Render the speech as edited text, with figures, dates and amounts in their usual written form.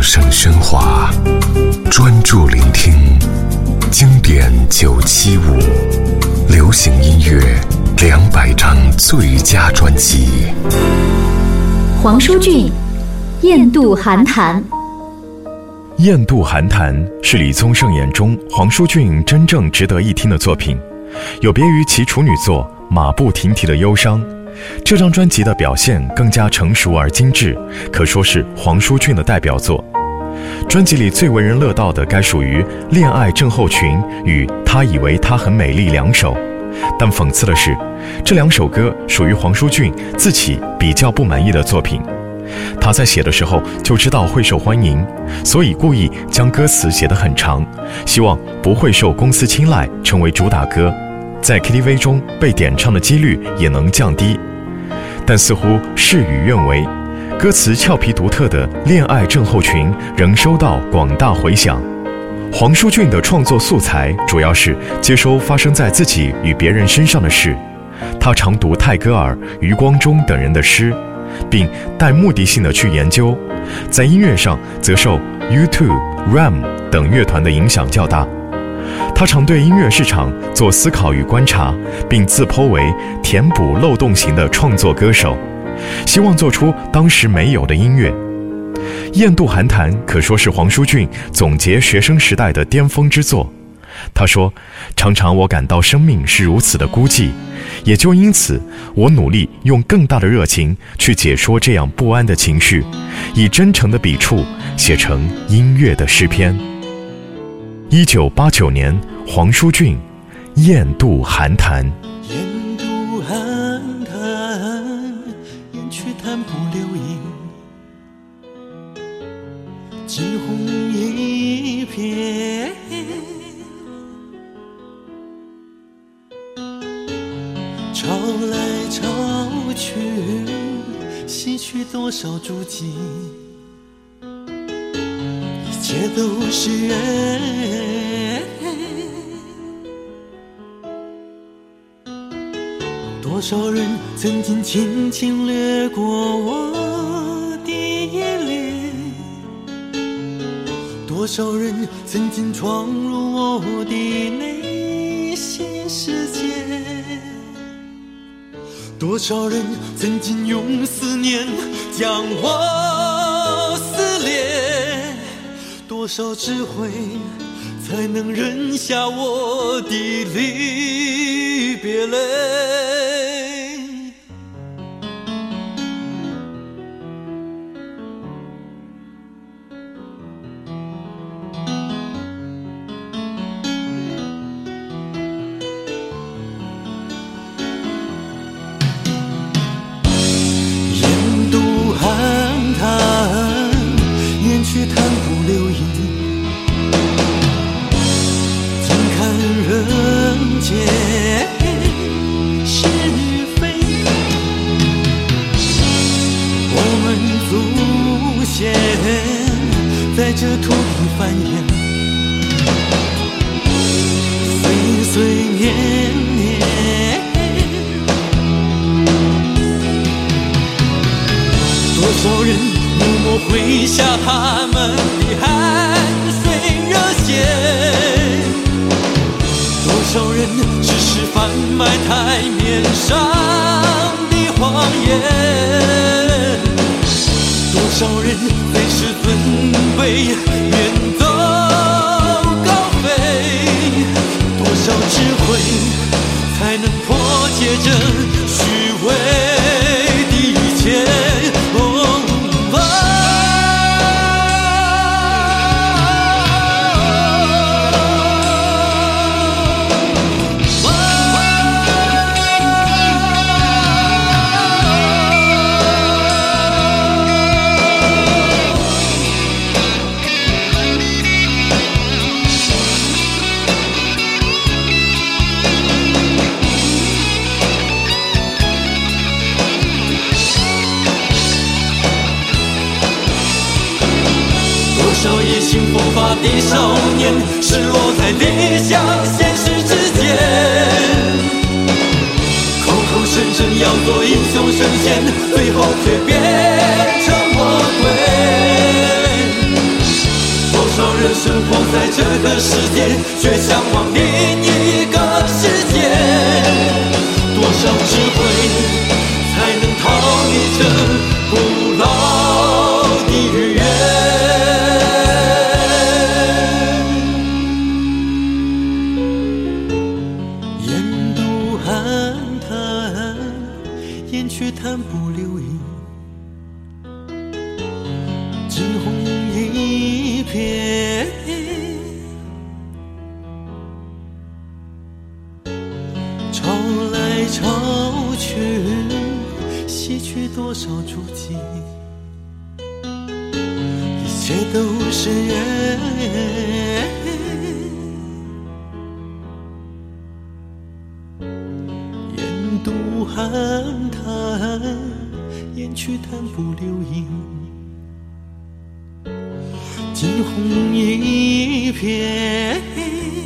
声喧哗，专注聆听经典975，流行音乐200张最佳专辑。 黄舒骏，雁渡寒潭。 雁渡寒潭是李宗盛眼中黄舒骏真正值得一听的作品，有别于其处女作《马不停蹄的忧伤》，这张专辑的表现更加成熟而精致，可说是黄舒骏的代表作。专辑里最为人乐道的该属于《恋爱症候群》与《他以为她很美丽》2首，但讽刺的是，这2首歌属于黄舒骏自己比较不满意的作品。他在写的时候就知道会受欢迎，所以故意将歌词写得很长，希望不会受公司青睐成为主打歌，在 KTV 中被点唱的几率也能降低。但似乎事与愿违，歌词俏皮独特的《恋爱症候群》仍收到广大回响。黄舒骏的创作素材主要是接收发生在自己与别人身上的事，他常读泰戈尔、余光中等人的诗，并带目的性地去研究。在音乐上则受 U2、RAM 等乐团的影响较大。他常对音乐市场做思考与观察，并自剖为填补漏洞型的创作歌手，希望做出当时没有的音乐。雁渡寒潭可说是黄舒骏总结学生时代的巅峰之作。他说，常常我感到生命是如此的孤寂，也就因此我努力用更大的热情去解说这样不安的情绪，以真诚的笔触写成音乐的诗篇。1989年，黄舒骏《雁渡寒潭》。 雁渡寒潭，雁去潭不留影，惊鸿一瞥。潮来潮去，洗去多少足迹，一切都是缘。多少人曾经轻轻掠过我的眼帘，多少人曾经闯入我的内心世界，多少人曾经用思念将我撕裂，多少智慧才能忍下我的离别泪。去潭不留影，怎看人间是非？我们祖先在这土地繁衍，岁岁年年，多少人默默挥下他们的汗水热血，多少人只是贩卖台面上的谎言，多少人非是尊卑远走高飞，多少智慧才能破解这虚伪的一切。多少野心勃发的少年，失落在理想现实之间，口口声声要做英雄神仙，最后却变成魔鬼。 世界，却向往另一个世界。多少智慧才能逃离这古老的语言？烟渡寒潭，烟却弹不留影，惊鸿一瞥。潮来潮去，洗去多少足迹，一切都是缘。烟渡寒潭，烟去弹不留影，惊鸿一瞥。